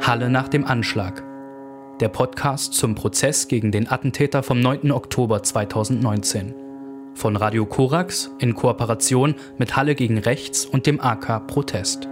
Halle nach dem Anschlag. Der Podcast zum Prozess gegen den Attentäter vom 9. Oktober 2019. Von Radio Korax in Kooperation mit Halle gegen Rechts und dem AK Protest.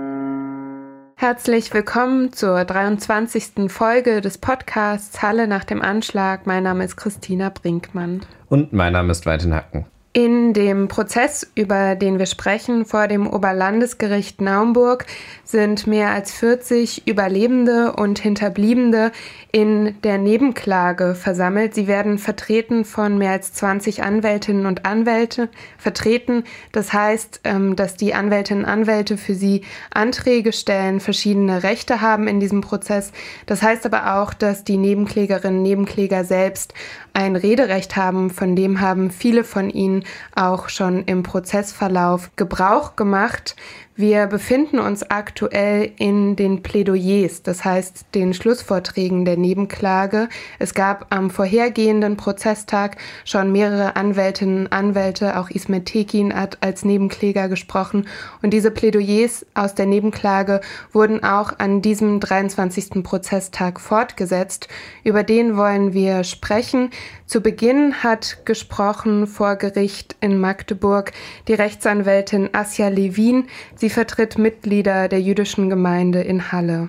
Herzlich willkommen zur 23. Folge des Podcasts Halle nach dem Anschlag. Mein Name ist Christina Brinkmann. Und mein Name ist Valentin Hacken. In dem Prozess, über den wir sprechen, vor dem Oberlandesgericht Naumburg, sind mehr als 40 Überlebende und Hinterbliebene in der Nebenklage versammelt. Sie werden vertreten von mehr als 20 Anwältinnen und Anwälte vertreten. Das heißt, dass die Anwältinnen und Anwälte für sie Anträge stellen, verschiedene Rechte haben in diesem Prozess. Das heißt aber auch, dass die Nebenklägerinnen und Nebenkläger selbst ein Rederecht haben. Von dem haben viele von ihnen auch schon im Prozessverlauf Gebrauch gemacht. Wir befinden uns aktuell in den Plädoyers, das heißt den Schlussvorträgen der Nebenklage. Es gab am vorhergehenden Prozesstag schon mehrere Anwältinnen und Anwälte, auch Ismet Tekin hat als Nebenkläger gesprochen. Und diese Plädoyers aus der Nebenklage wurden auch an diesem 23. Prozesstag fortgesetzt. Über den wollen wir sprechen. Zu Beginn hat gesprochen vor Gericht in Magdeburg die Rechtsanwältin Asja Levin. Sie vertritt Mitglieder der jüdischen Gemeinde in Halle.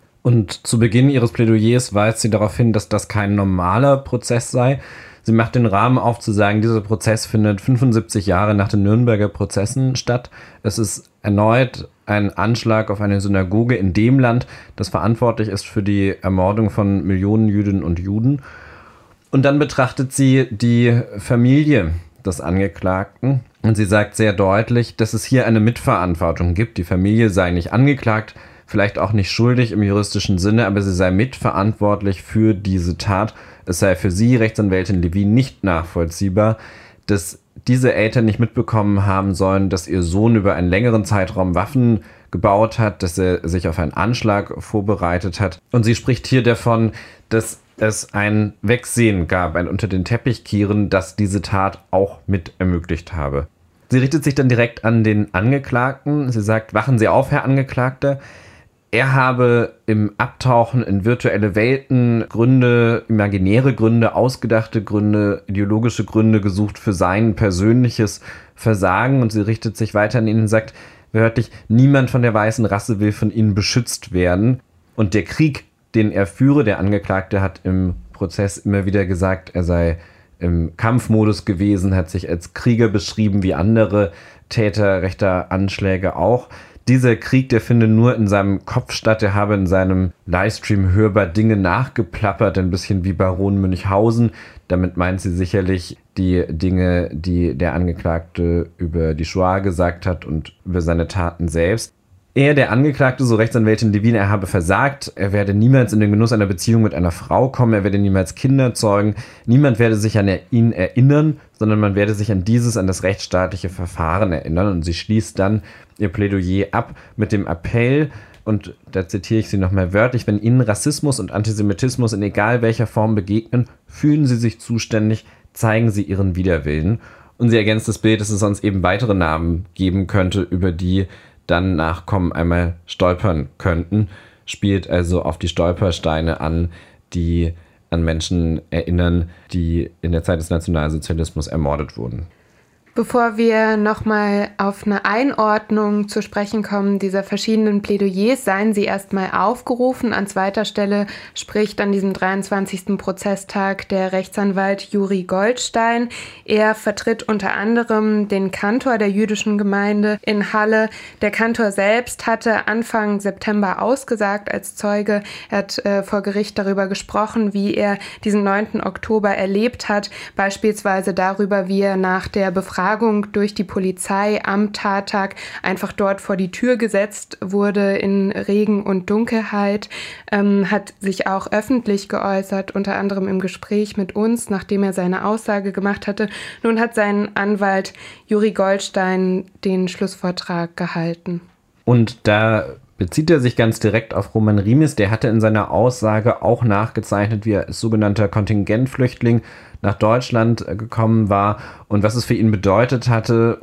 Und zu Beginn ihres Plädoyers weist sie darauf hin, dass das kein normaler Prozess sei. Sie macht den Rahmen auf zu sagen, dieser Prozess findet 75 Jahre nach den Nürnberger Prozessen statt. Es ist erneut ein Anschlag auf eine Synagoge in dem Land, das verantwortlich ist für die Ermordung von Millionen Jüdinnen und Juden. Und dann betrachtet sie die Familie des Angeklagten und sie sagt sehr deutlich, dass es hier eine Mitverantwortung gibt. Die Familie sei nicht angeklagt, vielleicht auch nicht schuldig im juristischen Sinne, aber sie sei mitverantwortlich für diese Tat. Es sei für sie, Rechtsanwältin Levin, nicht nachvollziehbar, dass diese Eltern nicht mitbekommen haben sollen, dass ihr Sohn über einen längeren Zeitraum Waffen gebaut hat, dass er sich auf einen Anschlag vorbereitet hat. Und sie spricht hier davon, dass es ein Wegsehen gab, ein unter den Teppich kehren, das diese Tat auch mit ermöglicht habe. Sie richtet sich dann direkt an den Angeklagten. Sie sagt, wachen Sie auf, Herr Angeklagter. Er habe im Abtauchen in virtuelle Welten Gründe, imaginäre Gründe, ausgedachte Gründe, ideologische Gründe gesucht für sein persönliches Versagen. Und sie richtet sich weiter an ihn und sagt wörtlich, niemand von der weißen Rasse will von Ihnen beschützt werden. Und der Krieg, den er führe, der Angeklagte hat im Prozess immer wieder gesagt, er sei im Kampfmodus gewesen, hat sich als Krieger beschrieben, wie andere Täter rechter Anschläge auch. Dieser Krieg, der finde nur in seinem Kopf statt. Er habe in seinem Livestream hörbar Dinge nachgeplappert, ein bisschen wie Baron Münchhausen. Damit meint sie sicherlich die Dinge, die der Angeklagte über die Shoah gesagt hat und über seine Taten selbst. Er, der Angeklagte, so Rechtsanwältin Levin, er habe versagt, er werde niemals in den Genuss einer Beziehung mit einer Frau kommen, er werde niemals Kinder zeugen, niemand werde sich an ihn erinnern, sondern man werde sich an das rechtsstaatliche Verfahren erinnern. Und sie schließt dann ihr Plädoyer ab mit dem Appell, und da zitiere ich sie nochmal wörtlich, wenn Ihnen Rassismus und Antisemitismus in egal welcher Form begegnen, fühlen Sie sich zuständig, zeigen Sie Ihren Widerwillen. Und sie ergänzt das Bild, dass es sonst eben weitere Namen geben könnte, über die dann Nachkommen einmal stolpern könnten, spielt also auf die Stolpersteine an, die an Menschen erinnern, die in der Zeit des Nationalsozialismus ermordet wurden. Bevor wir nochmal auf eine Einordnung zu sprechen kommen dieser verschiedenen Plädoyers, seien Sie erstmal aufgerufen. An zweiter Stelle spricht an diesem 23. Prozesstag der Rechtsanwalt Juri Goldstein. Er vertritt unter anderem den Kantor der jüdischen Gemeinde in Halle. Der Kantor selbst hatte Anfang September ausgesagt als Zeuge. Er hat vor Gericht darüber gesprochen, wie er diesen 9. Oktober erlebt hat, beispielsweise darüber, wie er nach der Befragung durch die Polizei am Tattag einfach dort vor die Tür gesetzt wurde in Regen und Dunkelheit, hat sich auch öffentlich geäußert, unter anderem im Gespräch mit uns, nachdem er seine Aussage gemacht hatte. Nun hat sein Anwalt Juri Goldstein den Schlussvortrag gehalten. Und da bezieht er sich ganz direkt auf Roman Riemes. Der hatte in seiner Aussage auch nachgezeichnet, wie er als sogenannter Kontingentflüchtling nach Deutschland gekommen war und was es für ihn bedeutet hatte und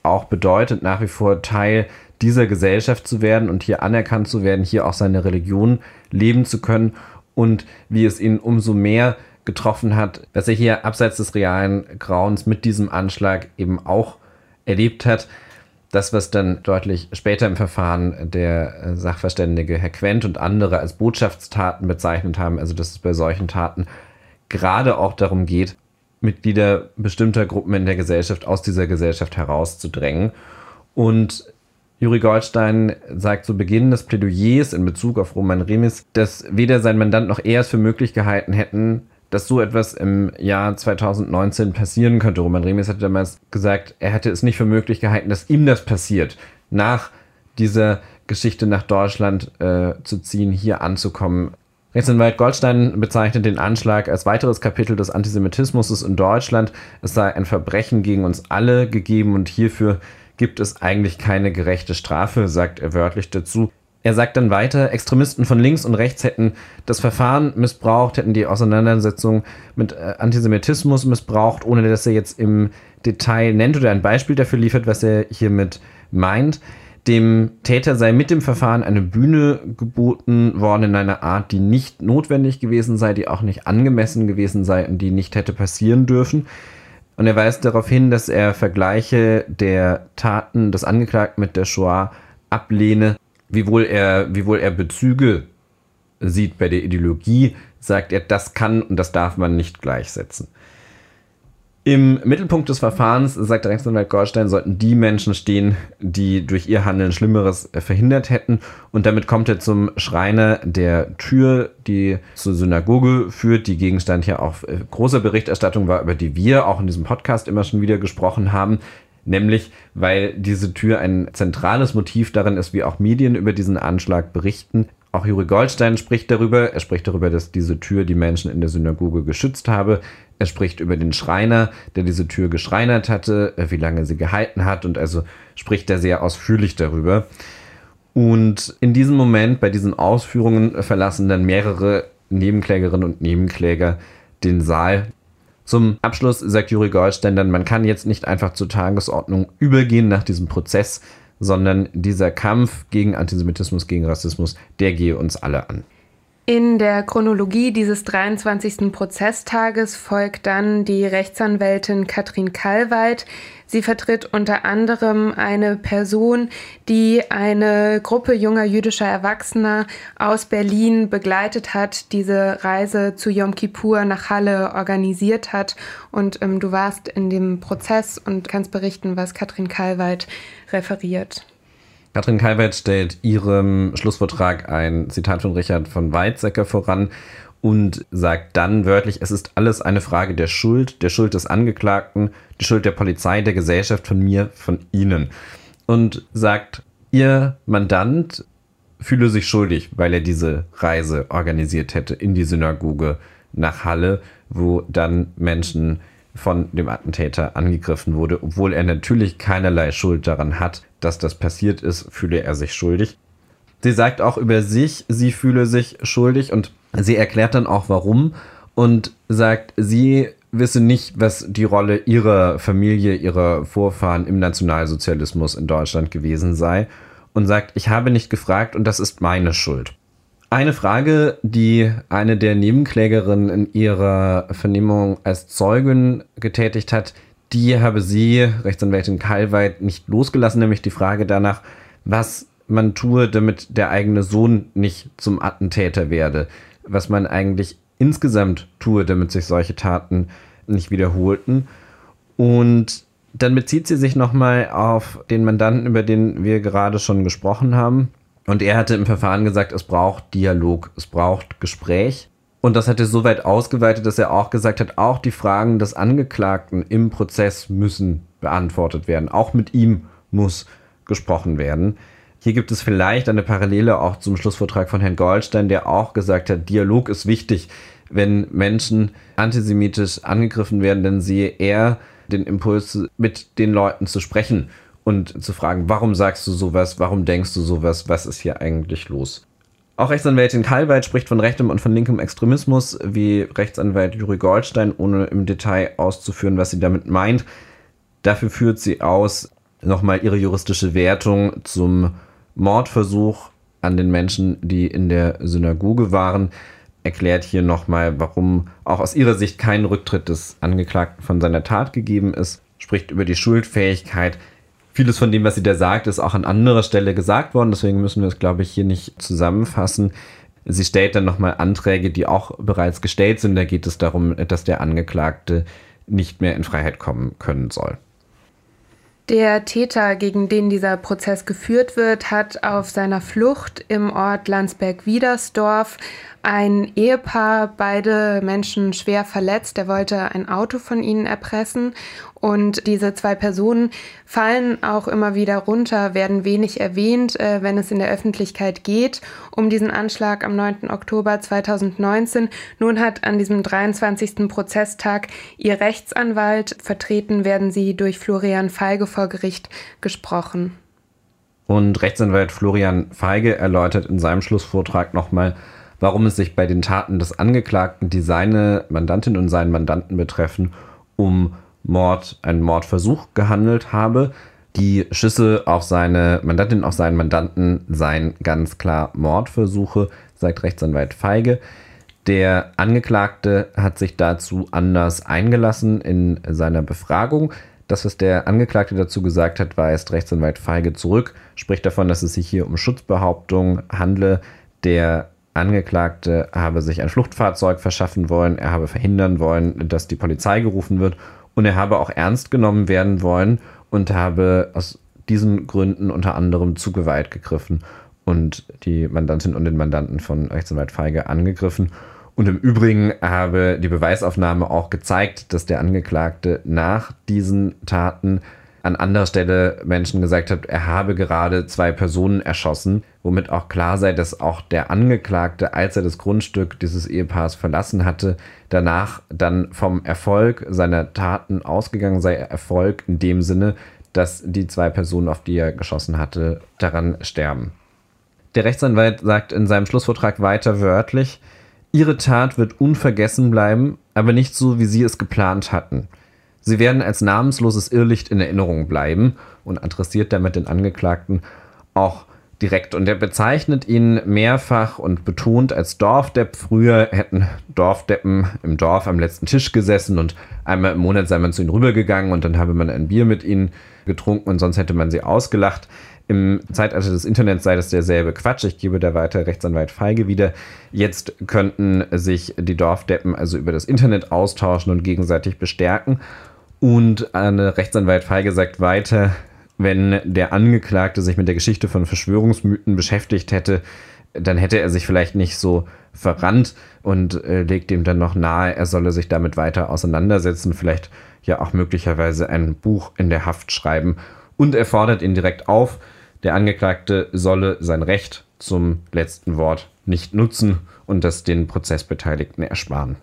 auch bedeutet, nach wie vor Teil dieser Gesellschaft zu werden und hier anerkannt zu werden, hier auch seine Religion leben zu können und wie es ihn umso mehr getroffen hat, dass er hier abseits des realen Grauens mit diesem Anschlag eben auch erlebt hat. Das, was dann deutlich später im Verfahren der Sachverständige Herr Quent und andere als Botschaftstaten bezeichnet haben, also dass es bei solchen Taten gerade auch darum geht, Mitglieder bestimmter Gruppen in der Gesellschaft aus dieser Gesellschaft herauszudrängen. Und Juri Goldstein sagt zu Beginn des Plädoyers in Bezug auf Roman Remis, dass weder sein Mandant noch er es für möglich gehalten hätten, dass so etwas im Jahr 2019 passieren könnte. Roman Remis hatte damals gesagt, er hätte es nicht für möglich gehalten, dass ihm das passiert, nach dieser Geschichte nach Deutschland zu ziehen, hier anzukommen. Rechtsanwalt Goldstein bezeichnet den Anschlag als weiteres Kapitel des Antisemitismus in Deutschland. Es sei ein Verbrechen gegen uns alle gegeben und hierfür gibt es eigentlich keine gerechte Strafe, sagt er wörtlich dazu. Er sagt dann weiter, Extremisten von links und rechts hätten das Verfahren missbraucht, hätten die Auseinandersetzung mit Antisemitismus missbraucht, ohne dass er jetzt im Detail nennt oder ein Beispiel dafür liefert, was er hiermit meint. Dem Täter sei mit dem Verfahren eine Bühne geboten worden in einer Art, die nicht notwendig gewesen sei, die auch nicht angemessen gewesen sei und die nicht hätte passieren dürfen. Und er weist darauf hin, dass er Vergleiche der Taten des Angeklagten mit der Shoah ablehne. Wiewohl er Bezüge sieht bei der Ideologie, sagt er, das kann und das darf man nicht gleichsetzen. Im Mittelpunkt des Verfahrens, sagt der Rechtsanwalt Goldstein, sollten die Menschen stehen, die durch ihr Handeln Schlimmeres verhindert hätten. Und damit kommt er zum Schreiner der Tür, die zur Synagoge führt, die Gegenstand ja auch großer Berichterstattung war, über die wir auch in diesem Podcast immer schon wieder gesprochen haben. Nämlich, weil diese Tür ein zentrales Motiv darin ist, wie auch Medien über diesen Anschlag berichten. Auch Juri Goldstein spricht darüber. Er spricht darüber, dass diese Tür die Menschen in der Synagoge geschützt habe. Er spricht über den Schreiner, der diese Tür geschreinert hatte, wie lange sie gehalten hat, und also spricht er sehr ausführlich darüber. Und in diesem Moment, bei diesen Ausführungen, verlassen dann mehrere Nebenklägerinnen und Nebenkläger den Saal. Zum Abschluss sagt Juri Goldstein dann, man kann jetzt nicht einfach zur Tagesordnung übergehen nach diesem Prozess, sondern dieser Kampf gegen Antisemitismus, gegen Rassismus, der gehe uns alle an. In der Chronologie dieses 23. Prozesstages folgt dann die Rechtsanwältin Katrin Kalweit. Sie vertritt unter anderem eine Person, die eine Gruppe junger jüdischer Erwachsener aus Berlin begleitet hat, diese Reise zu Yom Kippur nach Halle organisiert hat. Und du warst in dem Prozess und kannst berichten, was Katrin Kalweit referiert. Katrin Kalweit stellt ihrem Schlussvortrag ein Zitat von Richard von Weizsäcker voran und sagt dann wörtlich, es ist alles eine Frage der Schuld des Angeklagten, die Schuld der Polizei, der Gesellschaft, von mir, von Ihnen. Und sagt, ihr Mandant fühle sich schuldig, weil er diese Reise organisiert hätte in die Synagoge nach Halle, wo dann Menschen von dem Attentäter angegriffen wurde, obwohl er natürlich keinerlei Schuld daran hat, dass das passiert ist, fühle er sich schuldig. Sie sagt auch über sich, sie fühle sich schuldig, und sie erklärt dann auch warum und sagt, sie wisse nicht, was die Rolle ihrer Familie, ihrer Vorfahren im Nationalsozialismus in Deutschland gewesen sei, und sagt, ich habe nicht gefragt und das ist meine Schuld. Eine Frage, die eine der Nebenklägerinnen in ihrer Vernehmung als Zeugin getätigt hat, die habe sie, Rechtsanwältin Kalweit, nicht losgelassen, nämlich die Frage danach, was man tue, damit der eigene Sohn nicht zum Attentäter werde, was man eigentlich insgesamt tue, damit sich solche Taten nicht wiederholten. Und dann bezieht sie sich nochmal auf den Mandanten, über den wir gerade schon gesprochen haben. Und er hatte im Verfahren gesagt, es braucht Dialog, es braucht Gespräch. Und das hat er so weit ausgeweitet, dass er auch gesagt hat, auch die Fragen des Angeklagten im Prozess müssen beantwortet werden. Auch mit ihm muss gesprochen werden. Hier gibt es vielleicht eine Parallele auch zum Schlussvortrag von Herrn Goldstein, der auch gesagt hat, Dialog ist wichtig. Wenn Menschen antisemitisch angegriffen werden, dann sehe er den Impuls, mit den Leuten zu sprechen und zu fragen, warum sagst du sowas, warum denkst du sowas, was ist hier eigentlich los? Auch Rechtsanwältin Kalweit spricht von rechtem und von linkem Extremismus, wie Rechtsanwalt Juri Goldstein, ohne im Detail auszuführen, was sie damit meint. Dafür führt sie aus, nochmal ihre juristische Wertung zum Mordversuch an den Menschen, die in der Synagoge waren, erklärt hier nochmal, warum auch aus ihrer Sicht kein Rücktritt des Angeklagten von seiner Tat gegeben ist, spricht über die Schuldfähigkeit. Vieles von dem, was sie da sagt, ist auch an anderer Stelle gesagt worden, deswegen müssen wir es, glaube ich, hier nicht zusammenfassen. Sie stellt dann nochmal Anträge, die auch bereits gestellt sind. Da geht es darum, dass der Angeklagte nicht mehr in Freiheit kommen können soll. Der Täter, gegen den dieser Prozess geführt wird, hat auf seiner Flucht im Ort Landsberg-Wiedersdorf ein Ehepaar, beide Menschen schwer verletzt. Er wollte ein Auto von ihnen erpressen und diese 2 Personen fallen auch immer wieder runter, werden wenig erwähnt, wenn es in der Öffentlichkeit geht, um diesen Anschlag am 9. Oktober 2019. Nun hat an diesem 23. Prozesstag ihr Rechtsanwalt, vertreten werden sie durch Florian Feige vor Gericht, gesprochen. Und Rechtsanwalt Florian Feige erläutert in seinem Schlussvortrag nochmal, warum es sich bei den Taten des Angeklagten, die seine Mandantin und seinen Mandanten betreffen, um einen Mordversuch gehandelt habe. Die Schüsse auf seine Mandantin, auf seinen Mandanten seien ganz klar Mordversuche, sagt Rechtsanwalt Feige. Der Angeklagte hat sich dazu anders eingelassen in seiner Befragung. Das, was der Angeklagte dazu gesagt hat, weist Rechtsanwalt Feige zurück, spricht davon, dass es sich hier um Schutzbehauptung handle. Der Angeklagte habe sich ein Fluchtfahrzeug verschaffen wollen, er habe verhindern wollen, dass die Polizei gerufen wird und er habe auch ernst genommen werden wollen und habe aus diesen Gründen unter anderem zu Gewalt gegriffen und die Mandantin und den Mandanten von Rechtsanwalt Feige angegriffen. Und im Übrigen habe die Beweisaufnahme auch gezeigt, dass der Angeklagte nach diesen Taten an anderer Stelle Menschen gesagt hat, er habe gerade 2 Personen erschossen, womit auch klar sei, dass auch der Angeklagte, als er das Grundstück dieses Ehepaars verlassen hatte, danach dann vom Erfolg seiner Taten ausgegangen sei. Erfolg in dem Sinne, dass die 2 Personen, auf die er geschossen hatte, daran sterben. Der Rechtsanwalt sagt in seinem Schlussvortrag weiter wörtlich, ihre Tat wird unvergessen bleiben, aber nicht so, wie sie es geplant hatten. Sie werden als namensloses Irrlicht in Erinnerung bleiben und adressiert damit den Angeklagten auch direkt. Und er bezeichnet ihn mehrfach und betont als Dorfdepp. Früher hätten Dorfdeppen im Dorf am letzten Tisch gesessen und einmal im Monat sei man zu ihnen rübergegangen und dann habe man ein Bier mit ihnen getrunken und sonst hätte man sie ausgelacht. Im Zeitalter des Internets sei das derselbe Quatsch. Ich gebe da weiter Rechtsanwalt Feige wieder. Jetzt könnten sich die Dorfdeppen also über das Internet austauschen und gegenseitig bestärken. Und Rechtsanwalt Feige sagt weiter, wenn der Angeklagte sich mit der Geschichte von Verschwörungsmythen beschäftigt hätte, dann hätte er sich vielleicht nicht so verrannt und legt ihm dann noch nahe, er solle sich damit weiter auseinandersetzen, vielleicht ja auch möglicherweise ein Buch in der Haft schreiben. Und er fordert ihn direkt auf, der Angeklagte solle sein Recht zum letzten Wort nicht nutzen und das den Prozessbeteiligten ersparen.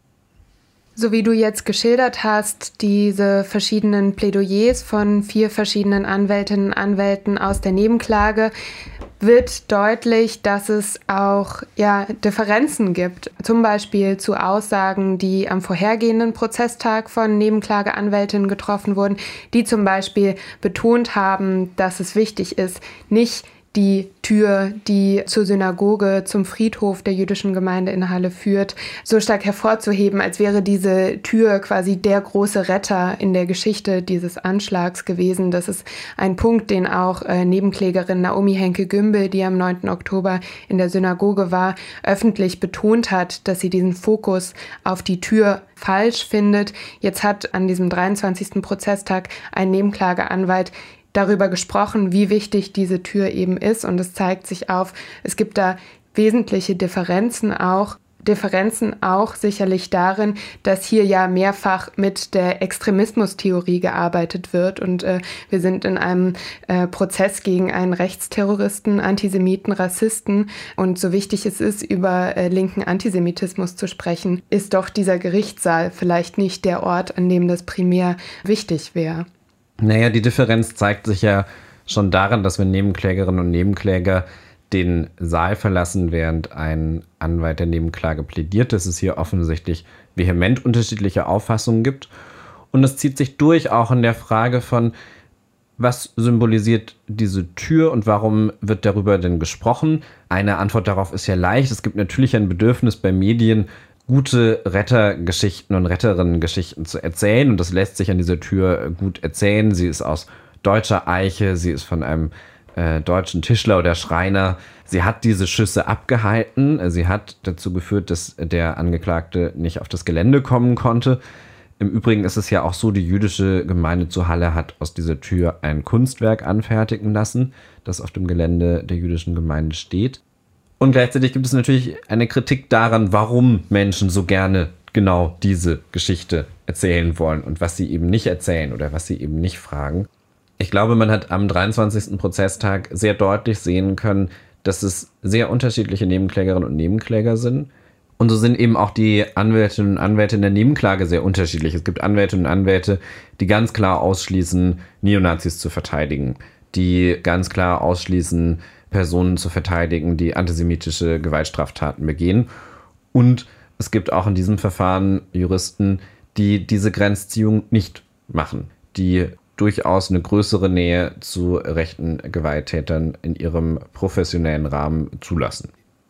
So wie du jetzt geschildert hast, diese verschiedenen Plädoyers von 4 verschiedenen Anwältinnen und Anwälten aus der Nebenklage, wird deutlich, dass es auch Differenzen gibt. Zum Beispiel zu Aussagen, die am vorhergehenden Prozesstag von Nebenklageanwältinnen getroffen wurden, die zum Beispiel betont haben, dass es wichtig ist, nicht die Tür, die zur Synagoge, zum Friedhof der jüdischen Gemeinde in Halle führt, so stark hervorzuheben, als wäre diese Tür quasi der große Retter in der Geschichte dieses Anschlags gewesen. Das ist ein Punkt, den auch Nebenklägerin Naomi Henke-Gümbel, die am 9. Oktober in der Synagoge war, öffentlich betont hat, dass sie diesen Fokus auf die Tür falsch findet. Jetzt hat an diesem 23. Prozesstag ein Nebenklageanwalt darüber gesprochen, wie wichtig diese Tür eben ist. Und es zeigt sich auf, es gibt da wesentliche Differenzen auch sicherlich darin, dass hier ja mehrfach mit der Extremismustheorie gearbeitet wird. Und wir sind in einem Prozess gegen einen Rechtsterroristen, Antisemiten, Rassisten. Und so wichtig es ist, über linken Antisemitismus zu sprechen, ist doch dieser Gerichtssaal vielleicht nicht der Ort, an dem das primär wichtig wäre. Naja, die Differenz zeigt sich ja schon darin, dass wenn Nebenklägerinnen und Nebenkläger den Saal verlassen, während ein Anwalt der Nebenklage plädiert, dass es hier offensichtlich vehement unterschiedliche Auffassungen gibt. Und es zieht sich durch auch in der Frage von, Was symbolisiert diese Tür und warum wird darüber denn gesprochen? Eine Antwort darauf ist ja leicht. Es gibt natürlich ein Bedürfnis bei Medien, gute Rettergeschichten und Retterinnengeschichten zu erzählen. Und das lässt sich an dieser Tür gut erzählen. Sie ist aus deutscher Eiche, sie ist von einem deutschen Tischler oder Schreiner. Sie hat diese Schüsse abgehalten. Sie hat dazu geführt, dass der Angeklagte nicht auf das Gelände kommen konnte. Im Übrigen ist es ja auch so, die jüdische Gemeinde zu Halle hat aus dieser Tür ein Kunstwerk anfertigen lassen, das auf dem Gelände der jüdischen Gemeinde steht. Und gleichzeitig gibt es natürlich eine Kritik daran, warum Menschen so gerne genau diese Geschichte erzählen wollen und was sie eben nicht erzählen oder was sie eben nicht fragen. Ich glaube, man hat am 23. Prozesstag sehr deutlich sehen können, dass es sehr unterschiedliche Nebenklägerinnen und Nebenkläger sind. Und so sind eben auch die Anwältinnen und Anwälte in der Nebenklage sehr unterschiedlich. Es gibt Anwältinnen und Anwälte, die ganz klar ausschließen, Neonazis zu verteidigen, die ganz klar ausschließen, Personen zu verteidigen, die antisemitische Gewaltstraftaten begehen. Und es gibt auch in diesem Verfahren Juristen, die diese Grenzziehung nicht machen, die durchaus eine größere Nähe zu rechten Gewalttätern in ihrem professionellen Rahmen zulassen.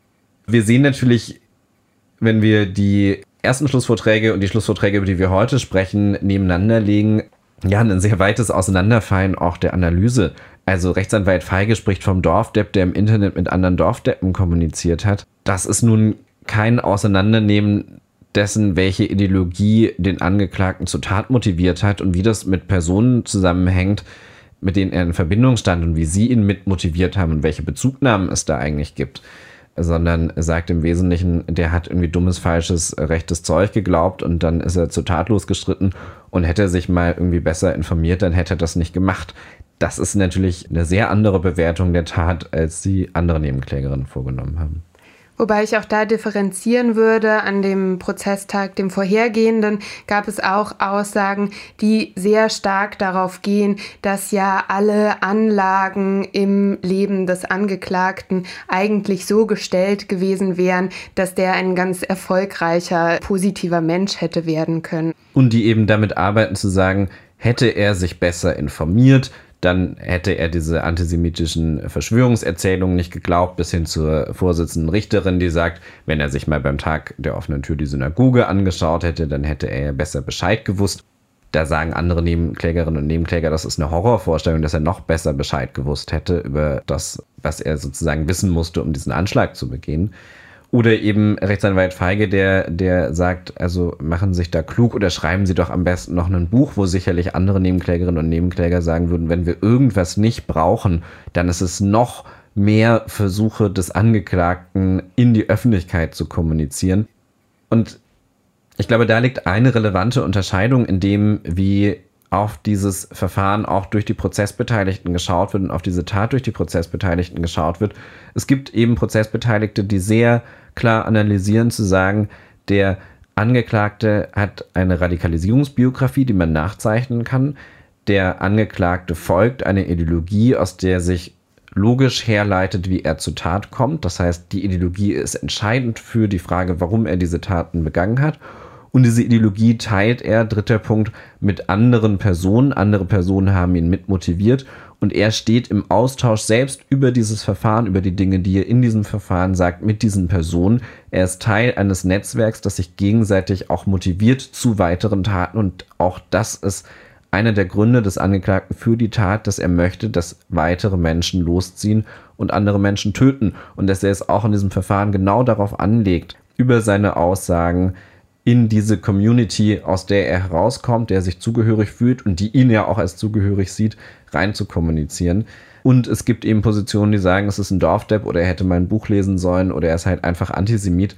Wir sehen natürlich, wenn wir die ersten Schlussvorträge und die Schlussvorträge, über die wir heute sprechen, nebeneinander legen, ja, ein sehr weites Auseinanderfallen auch der Analyse. Also Rechtsanwalt Feige spricht vom Dorfdepp, der im Internet mit anderen Dorfdeppen kommuniziert hat. Das ist nun kein Auseinandernehmen dessen, welche Ideologie den Angeklagten zur Tat motiviert hat und wie das mit Personen zusammenhängt, mit denen er in Verbindung stand und wie sie ihn mit motiviert haben und welche Bezugnahmen es da eigentlich gibt. Sondern er sagt im Wesentlichen, der hat irgendwie dummes, falsches, rechtes Zeug geglaubt und dann ist er zur Tat losgeschritten und hätte er sich mal irgendwie besser informiert, dann hätte er das nicht gemacht. Das ist natürlich eine sehr andere Bewertung der Tat, als die andere Nebenklägerinnen vorgenommen haben. Wobei ich auch da differenzieren würde. An dem Prozesstag, dem vorhergehenden, gab es auch Aussagen, die sehr stark darauf gehen, dass ja alle Anlagen im Leben des Angeklagten eigentlich so gestellt gewesen wären, dass der ein ganz erfolgreicher, positiver Mensch hätte werden können. Und die eben damit arbeiten zu sagen, hätte er sich besser informiert, dann hätte er diese antisemitischen Verschwörungserzählungen nicht geglaubt, bis hin zur Vorsitzenden Richterin, die sagt, wenn er sich mal beim Tag der offenen Tür die Synagoge angeschaut hätte, dann hätte er ja besser Bescheid gewusst. Da sagen andere Nebenklägerinnen und Nebenkläger, das ist eine Horrorvorstellung, dass er noch besser Bescheid gewusst hätte über das, was er sozusagen wissen musste, um diesen Anschlag zu begehen. Oder eben Rechtsanwalt Feige, der sagt, also machen Sie sich da klug oder schreiben Sie doch am besten noch ein Buch, wo sicherlich andere Nebenklägerinnen und Nebenkläger sagen würden, wenn wir irgendwas nicht brauchen, dann ist es noch mehr Versuche des Angeklagten in die Öffentlichkeit zu kommunizieren. Und ich glaube, da liegt eine relevante Unterscheidung in dem, wie auf dieses Verfahren auch durch die Prozessbeteiligten geschaut wird und auf diese Tat durch die Prozessbeteiligten geschaut wird. Es gibt eben Prozessbeteiligte, die sehr klar analysieren, zu sagen, der Angeklagte hat eine Radikalisierungsbiografie, die man nachzeichnen kann. Der Angeklagte folgt einer Ideologie, aus der sich logisch herleitet, wie er zur Tat kommt. Das heißt, die Ideologie ist entscheidend für die Frage, warum er diese Taten begangen hat. Und diese Ideologie teilt er, dritter Punkt, mit anderen Personen. Andere Personen haben ihn mitmotiviert. Und er steht im Austausch selbst über dieses Verfahren, über die Dinge, die er in diesem Verfahren sagt, mit diesen Personen. Er ist Teil eines Netzwerks, das sich gegenseitig auch motiviert zu weiteren Taten. Und auch das ist einer der Gründe des Angeklagten für die Tat, dass er möchte, dass weitere Menschen losziehen und andere Menschen töten. Und dass er es auch in diesem Verfahren genau darauf anlegt, über seine Aussagen in diese Community, aus der er herauskommt, der sich zugehörig fühlt und die ihn ja auch als zugehörig sieht, rein zu kommunizieren. Und es gibt eben Positionen, die sagen, es ist ein Dorfdepp oder er hätte mal ein Buch lesen sollen oder er ist halt einfach Antisemit.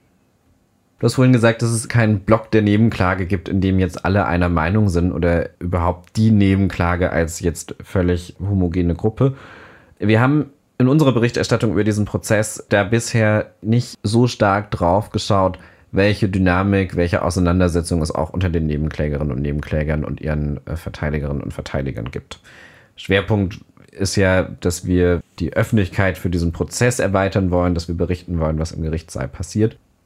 Du hast vorhin gesagt, dass es keinen Block der Nebenklage gibt, in dem jetzt alle einer Meinung sind oder überhaupt die Nebenklage als jetzt völlig homogene Gruppe. Wir haben in unserer Berichterstattung über diesen Prozess da bisher nicht so stark drauf geschaut, welche Dynamik, welche Auseinandersetzung es auch unter den Nebenklägerinnen und Nebenklägern und ihren Verteidigerinnen und Verteidigern gibt. Schwerpunkt ist ja, dass wir die Öffentlichkeit für diesen Prozess erweitern wollen, dass wir berichten wollen, was im Gerichtssaal passiert.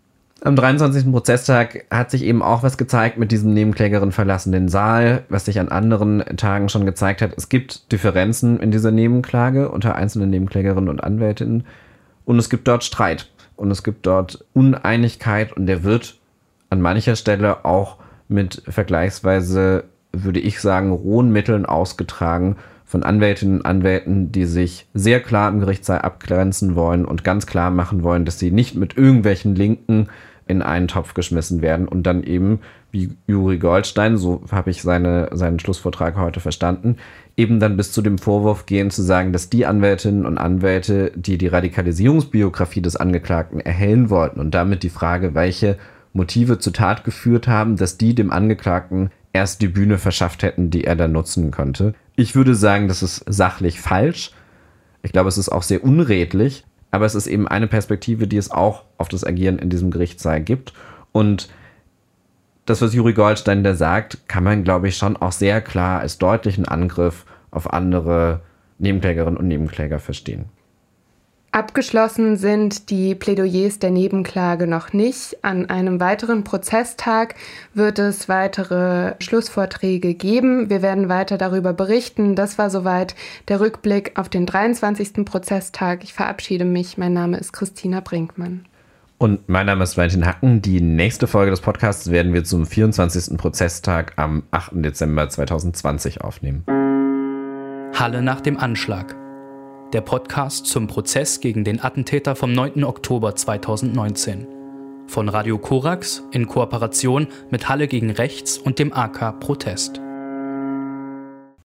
Am 23. Prozesstag hat sich eben auch was gezeigt mit diesem Nebenklägerin verlassen den Saal, was sich an anderen Tagen schon gezeigt hat. Es gibt Differenzen in dieser Nebenklage unter einzelnen Nebenklägerinnen und Anwältinnen und es gibt dort Streit und es gibt dort Uneinigkeit und der wird an mancher Stelle auch mit vergleichsweise, würde ich sagen, rohen Mitteln ausgetragen von Anwältinnen und Anwälten, die sich sehr klar im Gerichtssaal abgrenzen wollen und ganz klar machen wollen, dass sie nicht mit irgendwelchen Linken in einen Topf geschmissen werden und dann eben, wie Juri Goldstein, so habe ich seinen Schlussvortrag heute verstanden, eben dann bis zu dem Vorwurf gehen, zu sagen, dass die Anwältinnen und Anwälte, die die Radikalisierungsbiografie des Angeklagten erhellen wollten und damit die Frage, welche Motive zur Tat geführt haben, dass die dem Angeklagten erst die Bühne verschafft hätten, die er dann nutzen könnte. Ich würde sagen, das ist sachlich falsch. Ich glaube, es ist auch sehr unredlich. Aber es ist eben eine Perspektive, die es auch auf das Agieren in diesem Gerichtssaal gibt. Und das, was Juri Goldstein da sagt, kann man, glaube ich, schon auch sehr klar als deutlichen Angriff auf andere Nebenklägerinnen und Nebenkläger verstehen. Abgeschlossen sind die Plädoyers der Nebenklage noch nicht. An einem weiteren Prozesstag wird es weitere Schlussvorträge geben. Wir werden weiter darüber berichten. Das war soweit der Rückblick auf den 23. Prozesstag. Ich verabschiede mich. Mein Name ist Christina Brinkmann. Und mein Name ist Valentin Hacken. Die nächste Folge des Podcasts werden wir zum 24. Prozesstag am 8. Dezember 2020 aufnehmen. Halle nach dem Anschlag. Der Podcast zum Prozess gegen den Attentäter vom 9. Oktober 2019. Von Radio Korax in Kooperation mit Halle gegen Rechts und dem AK Protest.